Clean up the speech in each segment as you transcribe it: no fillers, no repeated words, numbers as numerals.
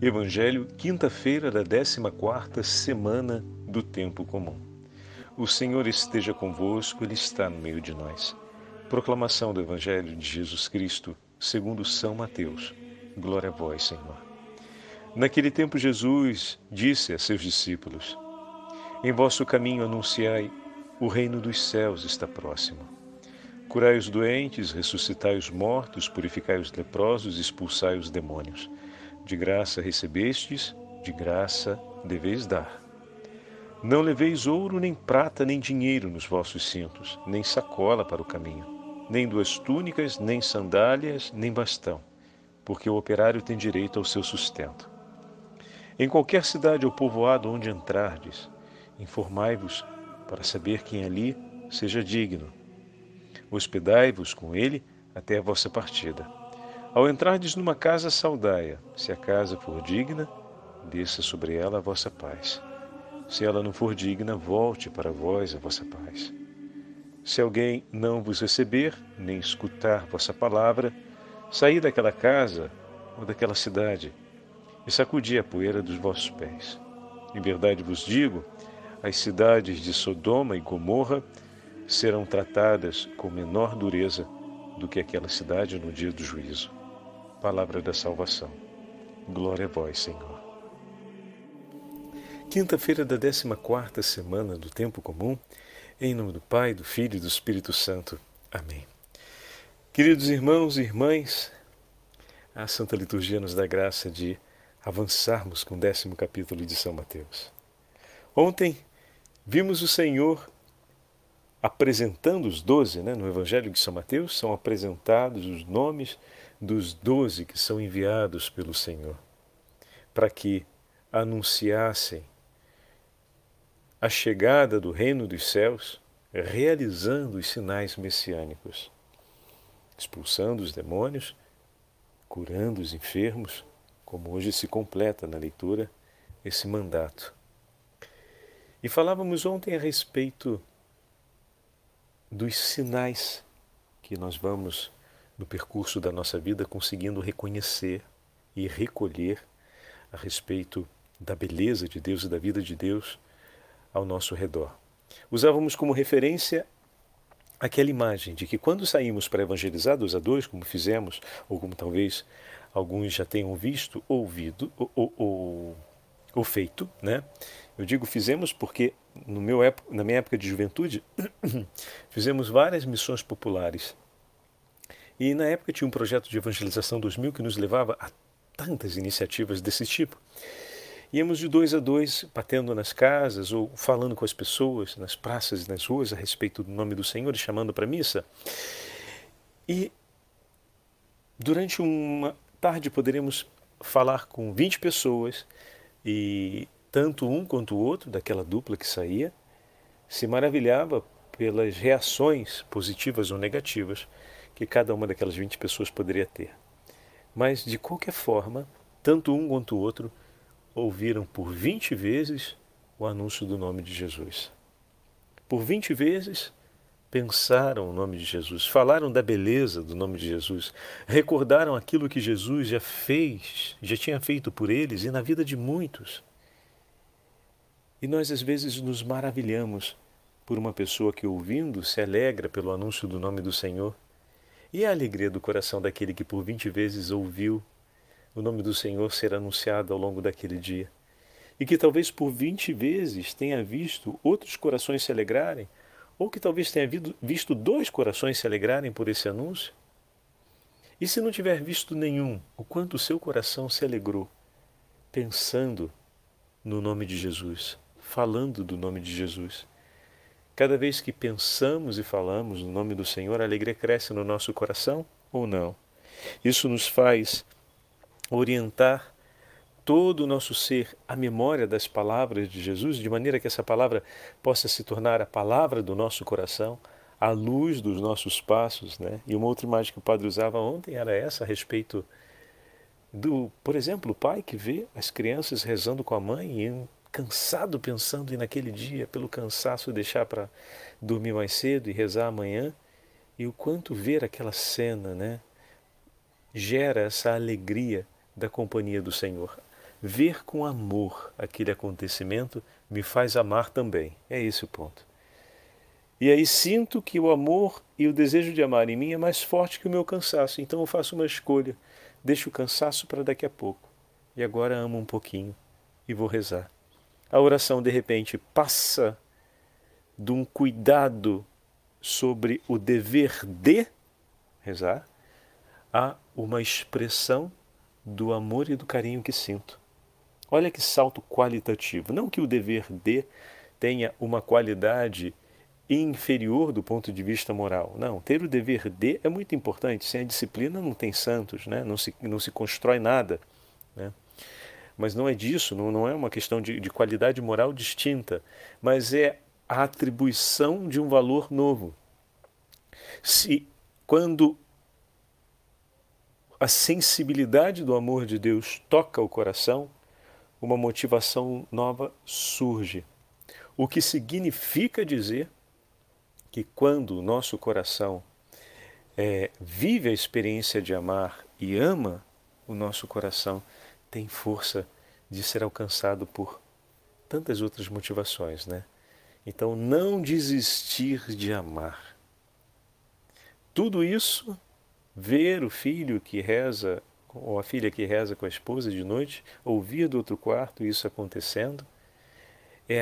Evangelho, quinta-feira da 14ª semana do Tempo Comum. O Senhor esteja convosco, Ele está no meio de nós. Proclamação do Evangelho de Jesus Cristo, segundo São Mateus. Glória a vós, Senhor. Naquele tempo Jesus disse a seus discípulos: Em vosso caminho anunciai, o reino dos céus está próximo. Curai os doentes, ressuscitai os mortos, purificai os leprosos, expulsai os demônios. De graça recebestes, de graça deveis dar. Não leveis ouro, nem prata, nem dinheiro nos vossos cintos, nem sacola para o caminho, nem duas túnicas, nem sandálias, nem bastão, porque o operário tem direito ao seu sustento. Em qualquer cidade ou povoado onde entrardes, informai-vos para saber quem ali seja digno. Hospedai-vos com ele até a vossa partida. Ao entrardes numa casa, saudai-a. Se a casa for digna, desça sobre ela a vossa paz. Se ela não for digna, volte para vós a vossa paz. Se alguém não vos receber, nem escutar vossa palavra, saí daquela casa ou daquela cidade e sacudi a poeira dos vossos pés. Em verdade vos digo, as cidades de Sodoma e Gomorra serão tratadas com menor dureza do que aquela cidade no dia do juízo. Palavra da salvação. Glória a vós, Senhor. Quinta-feira da 14ª semana do Tempo Comum, em nome do Pai, do Filho e do Espírito Santo. Amém. Queridos irmãos e irmãs, a Santa Liturgia nos dá graça de avançarmos com o 10º capítulo de São Mateus. Ontem vimos o Senhor apresentando os 12, no Evangelho de São Mateus, são apresentados os nomes dos 12 que são enviados pelo Senhor, para que anunciassem a chegada do reino dos céus, realizando os sinais messiânicos, expulsando os demônios, curando os enfermos, como hoje se completa na leitura esse mandato. E falávamos ontem a respeito dos sinais que nós vamos, no percurso da nossa vida, conseguindo reconhecer e recolher a respeito da beleza de Deus e da vida de Deus ao nosso redor. Usávamos como referência aquela imagem de que quando saímos para evangelizar 2 a 2, como fizemos, ou como talvez alguns já tenham visto, ouvido ou feito, Eu digo fizemos porque na minha época de juventude fizemos várias missões populares. E na época tinha um projeto de evangelização 2000 que nos levava a tantas iniciativas desse tipo. Íamos de 2 a 2, batendo nas casas ou falando com as pessoas nas praças e nas ruas a respeito do nome do Senhor e chamando para a missa. E durante uma tarde poderemos falar com 20 pessoas e tanto um quanto o outro, daquela dupla que saía, se maravilhava pelas reações positivas ou negativas que cada uma daquelas 20 pessoas poderia ter. Mas, de qualquer forma, tanto um quanto o outro ouviram por 20 vezes o anúncio do nome de Jesus. Por 20 vezes pensaram o nome de Jesus, falaram da beleza do nome de Jesus, recordaram aquilo que Jesus já fez, já tinha feito por eles e na vida de muitos. E nós às vezes nos maravilhamos por uma pessoa que, ouvindo, se alegra pelo anúncio do nome do Senhor. E a alegria do coração daquele que por 20 vezes ouviu o nome do Senhor ser anunciado ao longo daquele dia. E que talvez por 20 vezes tenha visto outros corações se alegrarem, ou que talvez tenha visto 2 corações se alegrarem por esse anúncio. E se não tiver visto nenhum, o quanto o seu coração se alegrou, pensando no nome de Jesus, falando do nome de Jesus. Cada vez que pensamos e falamos no nome do Senhor, a alegria cresce no nosso coração ou não? Isso nos faz orientar todo o nosso ser à memória das palavras de Jesus, de maneira que essa palavra possa se tornar a palavra do nosso coração, a luz dos nossos passos, E uma outra imagem que o padre usava ontem era essa, a respeito por exemplo, o pai que vê as crianças rezando com a mãe e cansado pensando em naquele dia, pelo cansaço, deixar para dormir mais cedo e rezar amanhã, e o quanto ver aquela cena, gera essa alegria da companhia do Senhor. ver com amor aquele acontecimento me faz amar também. É esse o ponto. E aí sinto que o amor e o desejo de amar em mim é mais forte que o meu cansaço. Então eu faço uma escolha. Deixo o cansaço para daqui a pouco. E agora amo um pouquinho e vou rezar. A oração, de repente, passa de um cuidado sobre o dever de rezar a uma expressão do amor e do carinho que sinto. Olha que salto qualitativo. Não que o dever de tenha uma qualidade inferior do ponto de vista moral. Não, ter o dever de é muito importante. Sem a disciplina não tem santos, né? Não se constrói nada. Né? Mas não é disso, não é uma questão de qualidade moral distinta, mas é a atribuição de um valor novo. Quando a sensibilidade do amor de Deus toca o coração, uma motivação nova surge. O que significa dizer que quando o nosso coração vive a experiência de amar e ama, o nosso coração tem força de ser alcançado por tantas outras motivações, né? Então, não desistir de amar. Tudo isso, ver o filho que reza, ou a filha que reza com a esposa de noite, ouvir do outro quarto isso acontecendo, é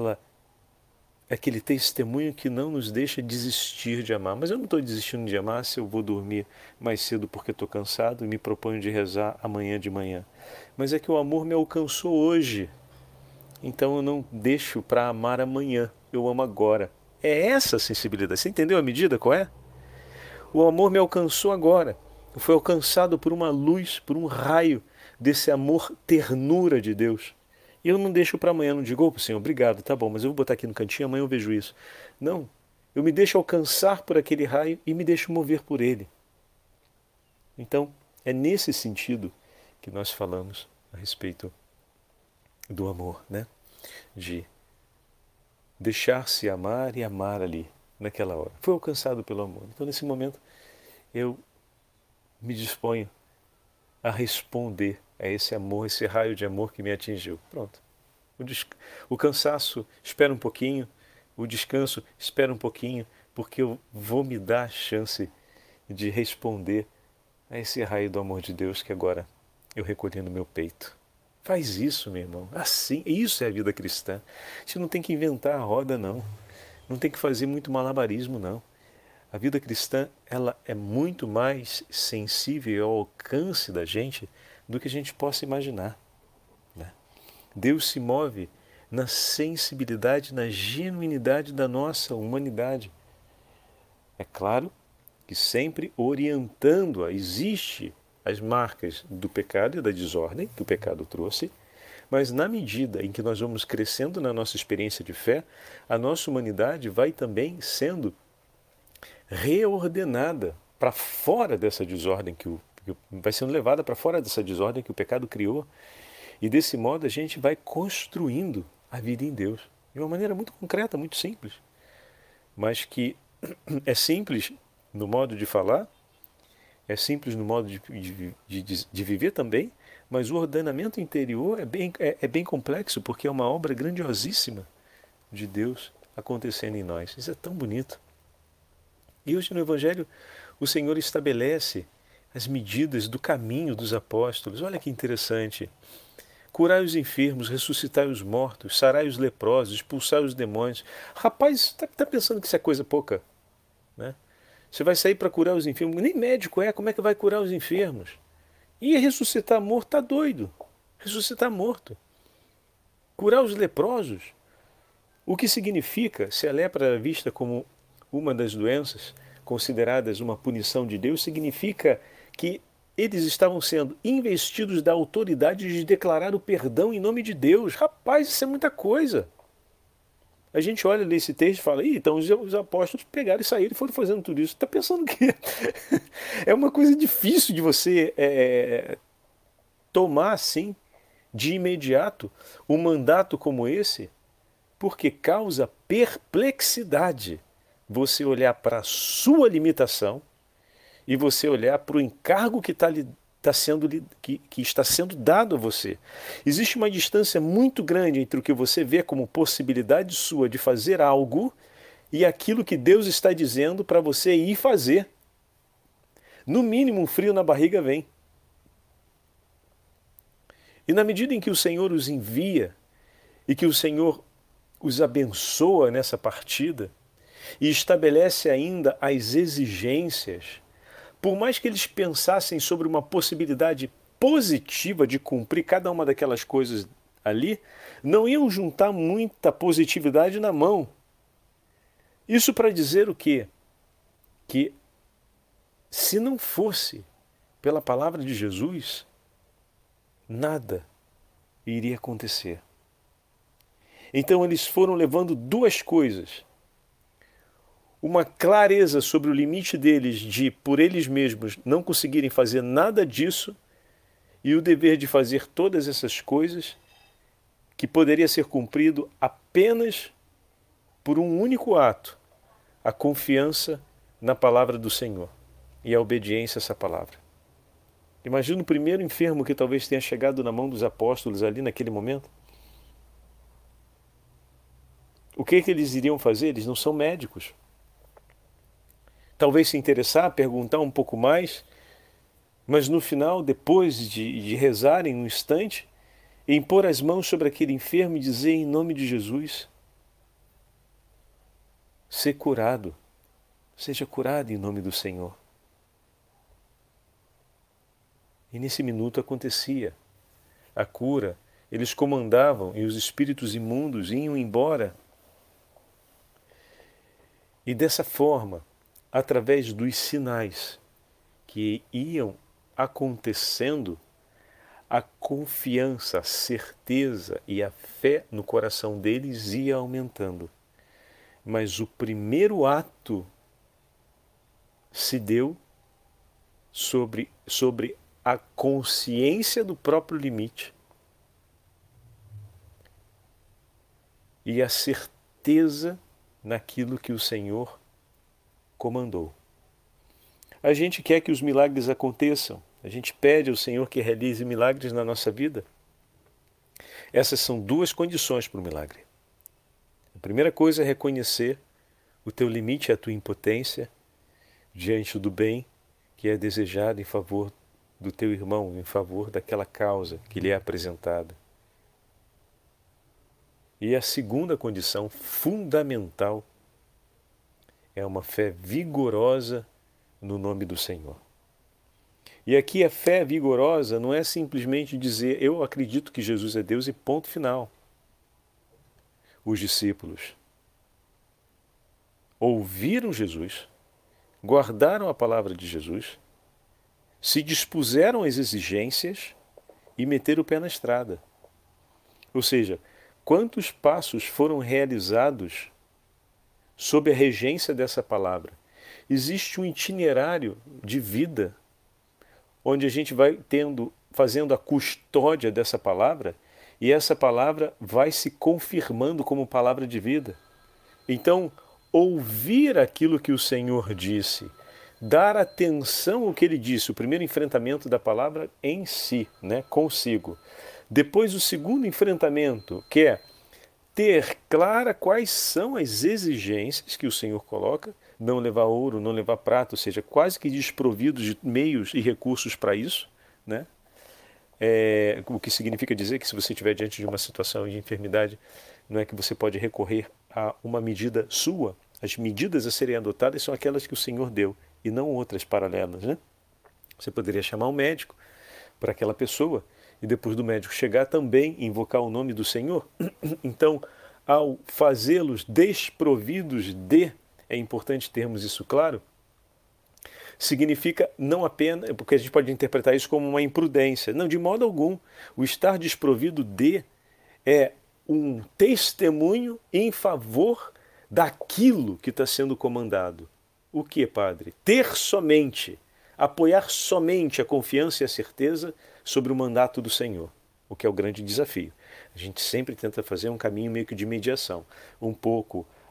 aquele testemunho que não nos deixa desistir de amar. Mas eu não estou desistindo de amar se eu vou dormir mais cedo porque estou cansado e me proponho de rezar amanhã de manhã. Mas é que o amor me alcançou hoje. Então eu não deixo para amar amanhã, eu amo agora. É essa a sensibilidade. Você entendeu a medida qual é? O amor me alcançou agora. Foi alcançado por uma luz, por um raio desse amor ternura de Deus. E eu não deixo para amanhã, não digo, oh, Senhor, obrigado, tá bom, mas eu vou botar aqui no cantinho, amanhã eu vejo isso. Não, eu me deixo alcançar por aquele raio e me deixo mover por ele. Então, é nesse sentido que nós falamos a respeito do amor, né? De deixar-se amar e amar ali, naquela hora. Foi alcançado pelo amor. Então, nesse momento, eu me disponho a responder a esse amor, esse raio de amor que me atingiu. Pronto. O cansaço espera um pouquinho, o descanso espera um pouquinho, porque eu vou me dar a chance de responder a esse raio do amor de Deus que agora eu recolhi no meu peito. Faz isso, meu irmão. Assim, isso é a vida cristã. Você não tem que inventar a roda, não. Não tem que fazer muito malabarismo, não. A vida cristã, ela é muito mais sensível ao alcance da gente do que a gente possa imaginar. Né? Deus se move na sensibilidade, na genuinidade da nossa humanidade. É claro que sempre orientando-a. Existe as marcas do pecado e da desordem que o pecado trouxe, mas na medida em que nós vamos crescendo na nossa experiência de fé, a nossa humanidade vai também sendo reordenada para fora dessa desordem vai sendo levada para fora dessa desordem que o pecado criou, e desse modo a gente vai construindo a vida em Deus de uma maneira muito concreta, muito simples, mas que é simples no modo de falar, é simples no modo de viver também, mas o ordenamento interior é bem complexo, porque é uma obra grandiosíssima de Deus acontecendo em nós. Isso é tão bonito. E hoje no Evangelho o Senhor estabelece as medidas do caminho dos apóstolos. Olha que interessante. Curai os enfermos, ressuscitai os mortos, sarai os leprosos, expulsai os demônios. Rapaz, tá pensando que isso é coisa pouca? Né? Você vai sair para curar os enfermos? Nem médico como é que vai curar os enfermos? E ressuscitar morto, tá doido. Ressuscitar morto. Curar os leprosos. O que significa, se a lepra era vista como uma das doenças consideradas uma punição de Deus, significa que eles estavam sendo investidos da autoridade de declarar o perdão em nome de Deus. Rapaz, isso é muita coisa. A gente olha nesse texto e fala, então os apóstolos pegaram e saíram e foram fazendo tudo isso. Está pensando que é uma coisa difícil de você tomar assim, de imediato, um mandato como esse, porque causa perplexidade você olhar para a sua limitação e você olhar para o encargo que está lhe que está sendo dado a você. Existe uma distância muito grande entre o que você vê como possibilidade sua de fazer algo e aquilo que Deus está dizendo para você ir fazer. No mínimo, um frio na barriga vem. E na medida em que o Senhor os envia e que o Senhor os abençoa nessa partida e estabelece ainda as exigências, por mais que eles pensassem sobre uma possibilidade positiva de cumprir cada uma daquelas coisas ali, não iam juntar muita positividade na mão. Isso para dizer o quê? Que se não fosse pela palavra de Jesus, nada iria acontecer. Então eles foram levando duas coisas. Uma clareza sobre o limite deles de, por eles mesmos, não conseguirem fazer nada disso, e o dever de fazer todas essas coisas, que poderia ser cumprido apenas por um único ato, a confiança na palavra do Senhor e a obediência a essa palavra. Imagina o primeiro enfermo que talvez tenha chegado na mão dos apóstolos ali naquele momento. O que eles iriam fazer? Eles não são médicos. Talvez se interessar, perguntar um pouco mais, mas no final, depois de rezarem um instante, impor as mãos sobre aquele enfermo e dizer em nome de Jesus, ser curado, seja curado em nome do Senhor. E nesse minuto acontecia a cura, eles comandavam e os espíritos imundos iam embora. E dessa forma, através dos sinais que iam acontecendo, a confiança, a certeza e a fé no coração deles ia aumentando. Mas o primeiro ato se deu sobre a consciência do próprio limite e a certeza naquilo que o Senhor comandou. A gente quer que os milagres aconteçam, a gente pede ao Senhor que realize milagres na nossa vida. Essas são duas condições para o milagre. A primeira coisa é reconhecer o teu limite, a tua impotência diante do bem que é desejado em favor do teu irmão, em favor daquela causa que lhe é apresentada. E a segunda condição fundamental é uma fé vigorosa no nome do Senhor. E aqui a fé vigorosa não é simplesmente dizer eu acredito que Jesus é Deus e ponto final. Os discípulos ouviram Jesus, guardaram a palavra de Jesus, se dispuseram às exigências e meteram o pé na estrada. Ou seja, quantos passos foram realizados sob a regência dessa palavra? Existe um itinerário de vida onde a gente vai fazendo a custódia dessa palavra e essa palavra vai se confirmando como palavra de vida. Então, ouvir aquilo que o Senhor disse, dar atenção ao que ele disse, o primeiro enfrentamento da palavra em si, consigo. Depois o segundo enfrentamento, que é ter clara quais são as exigências que o Senhor coloca, não levar ouro, não levar prata, ou seja, quase que desprovido de meios e recursos para isso, o que significa dizer que se você estiver diante de uma situação de enfermidade, não é que você pode recorrer a uma medida sua. As medidas a serem adotadas são aquelas que o Senhor deu e não outras paralelas. Você poderia chamar um médico para aquela pessoa e depois do médico chegar também invocar o nome do Senhor. Então, ao fazê-los desprovidos de, é importante termos isso claro, significa não apenas, porque a gente pode interpretar isso como uma imprudência. Não, de modo algum. O estar desprovido de é um testemunho em favor daquilo que está sendo comandado. O que, padre? Ter somente, apoiar somente a confiança e a certeza sobre o mandato do Senhor, o que é o grande desafio. A gente sempre tenta fazer um caminho meio que de mediação, um pouco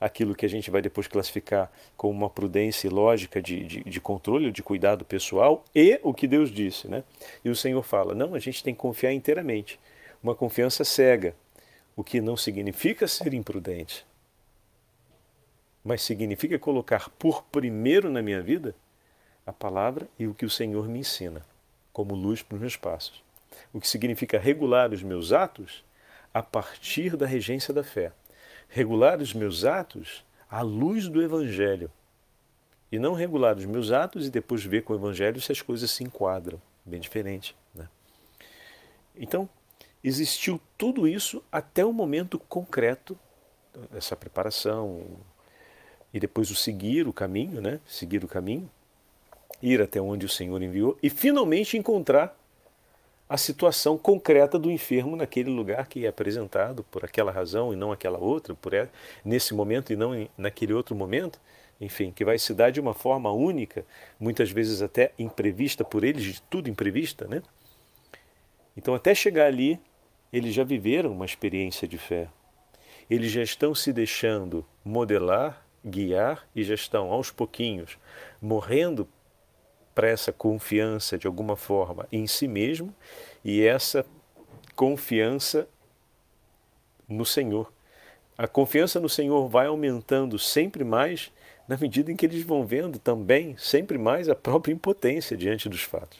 aquilo que a gente vai depois classificar como uma prudência e lógica de controle, de cuidado pessoal, e o que Deus disse, né? E o Senhor fala, não, a gente tem que confiar inteiramente. Uma confiança cega, o que não significa ser imprudente, mas significa colocar por primeiro na minha vida a palavra e o que o Senhor me ensina, como luz para os meus passos. O que significa regular os meus atos a partir da regência da fé. Regular os meus atos à luz do Evangelho. E não regular os meus atos e depois ver com o Evangelho se as coisas se enquadram. Bem diferente, né? Então, existiu tudo isso até o momento concreto, essa preparação, e depois o seguir o caminho, né? Seguir o caminho, ir até onde o Senhor enviou e finalmente encontrar a situação concreta do enfermo naquele lugar que é apresentado por aquela razão e não aquela outra, nesse momento e não naquele outro momento, enfim, que vai se dar de uma forma única, muitas vezes até imprevista por eles, de tudo imprevista, né? Então, até chegar ali, eles já viveram uma experiência de fé. Eles já estão se deixando modelar, guiar e já estão, aos pouquinhos, morrendo para essa confiança de alguma forma em si mesmo e essa confiança no Senhor. A confiança no Senhor vai aumentando sempre mais na medida em que eles vão vendo também sempre mais a própria impotência diante dos fatos.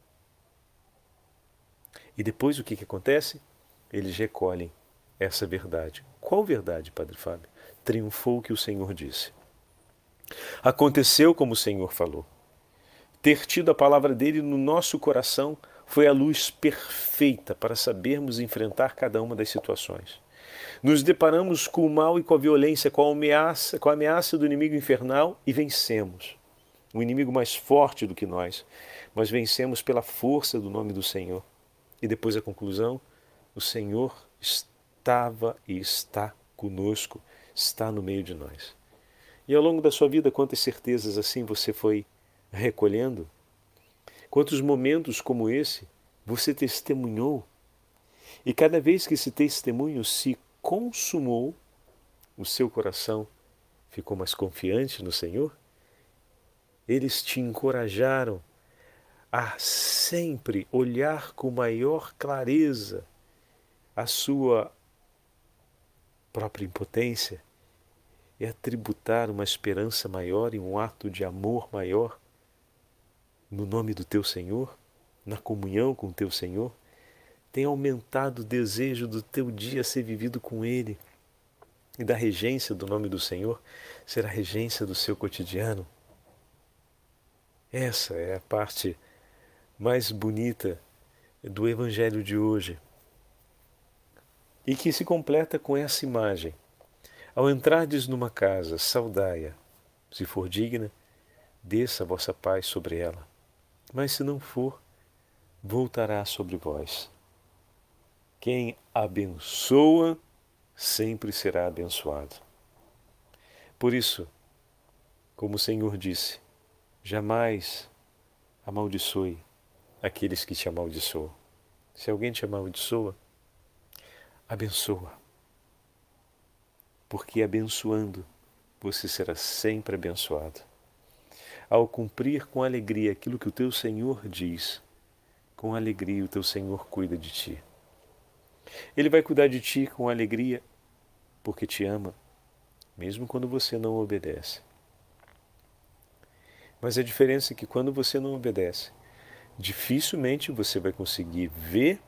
E depois o que acontece? Eles recolhem essa verdade. Qual verdade, Padre Fábio? Triunfou o que o Senhor disse. Aconteceu como o Senhor falou. Ter tido a palavra dele no nosso coração foi a luz perfeita para sabermos enfrentar cada uma das situações. Nos deparamos com o mal e com a violência, com a ameaça do inimigo infernal e vencemos. Um inimigo mais forte do que nós, mas vencemos pela força do nome do Senhor. E depois a conclusão, o Senhor estava e está conosco, está no meio de nós. E ao longo da sua vida, quantas certezas assim você foi recolhendo? Quantos momentos como esse você testemunhou? E cada vez que esse testemunho se consumou, o seu coração ficou mais confiante no Senhor? Eles te encorajaram a sempre olhar com maior clareza a sua própria impotência e a tributar uma esperança maior e um ato de amor maior no nome do teu Senhor, na comunhão com o teu Senhor, tem aumentado o desejo do teu dia ser vivido com Ele e da regência do nome do Senhor ser a regência do seu cotidiano. Essa é a parte mais bonita do Evangelho de hoje e que se completa com essa imagem. Ao entrardes numa casa, saudai-a. Se for digna, desça a vossa paz sobre ela. Mas se não for, voltará sobre vós. Quem abençoa, sempre será abençoado. Por isso, como o Senhor disse, jamais amaldiçoe aqueles que te amaldiçoam. Se alguém te amaldiçoa, abençoa. Porque abençoando, você será sempre abençoado. Ao cumprir com alegria aquilo que o teu Senhor diz, com alegria o teu Senhor cuida de ti. Ele vai cuidar de ti com alegria porque te ama, mesmo quando você não obedece. Mas a diferença é que quando você não obedece, dificilmente você vai conseguir ver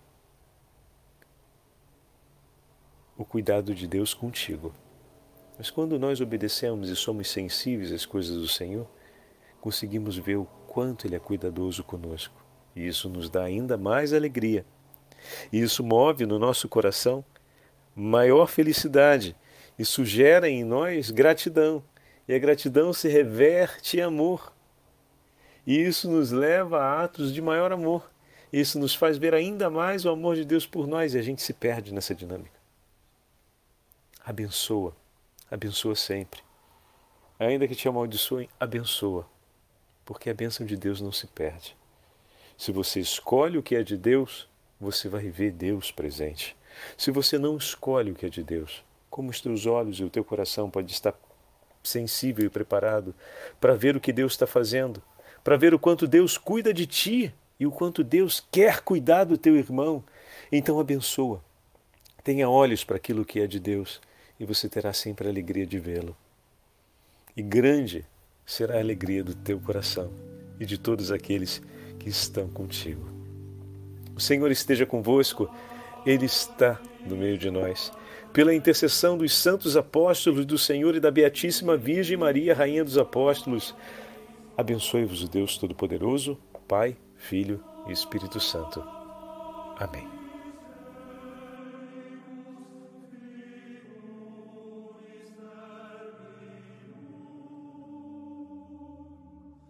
o cuidado de Deus contigo. Mas quando nós obedecemos e somos sensíveis às coisas do Senhor, conseguimos ver o quanto Ele é cuidadoso conosco. E isso nos dá ainda mais alegria. E isso move no nosso coração maior felicidade. Isso gera em nós gratidão. E a gratidão se reverte em amor. E isso nos leva a atos de maior amor. Isso nos faz ver ainda mais o amor de Deus por nós e a gente se perde nessa dinâmica. Abençoa. Abençoa sempre. Ainda que te amaldiçoem, abençoa. Porque a bênção de Deus não se perde. Se você escolhe o que é de Deus, você vai ver Deus presente. Se você não escolhe o que é de Deus, como os teus olhos e o teu coração pode estar sensível e preparado para ver o que Deus está fazendo, para ver o quanto Deus cuida de ti e o quanto Deus quer cuidar do teu irmão. Então abençoa. Tenha olhos para aquilo que é de Deus e você terá sempre a alegria de vê-lo. E grande será a alegria do teu coração e de todos aqueles que estão contigo. O Senhor esteja convosco, Ele está no meio de nós. Pela intercessão dos santos apóstolos do Senhor e da Beatíssima Virgem Maria, Rainha dos Apóstolos, abençoe-vos o Deus Todo-Poderoso, Pai, Filho e Espírito Santo. Amém.